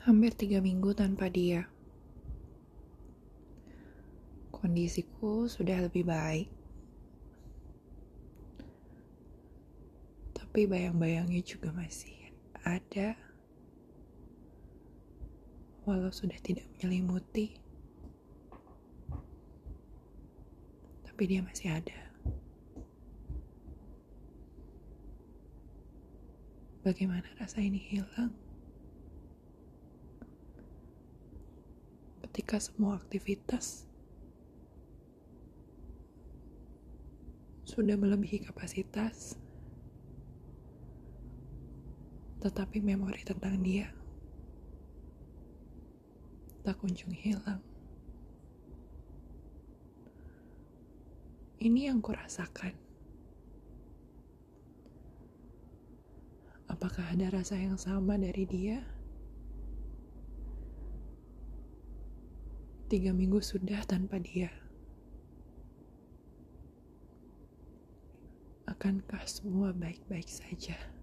Hampir 3 minggu tanpa dia. Kondisiku sudah lebih baik. Tapi bayang-bayangnya juga masih ada. Walau sudah tidak menyelimuti, tapi dia masih ada. Bagaimana rasa ini hilang? Ketika semua aktivitas sudah melebihi kapasitas, tetapi memori tentang dia tak kunjung hilang. Ini yang kurasakan. Apakah ada rasa yang sama dari dia? 3 minggu sudah tanpa dia. Akankah semua baik-baik saja?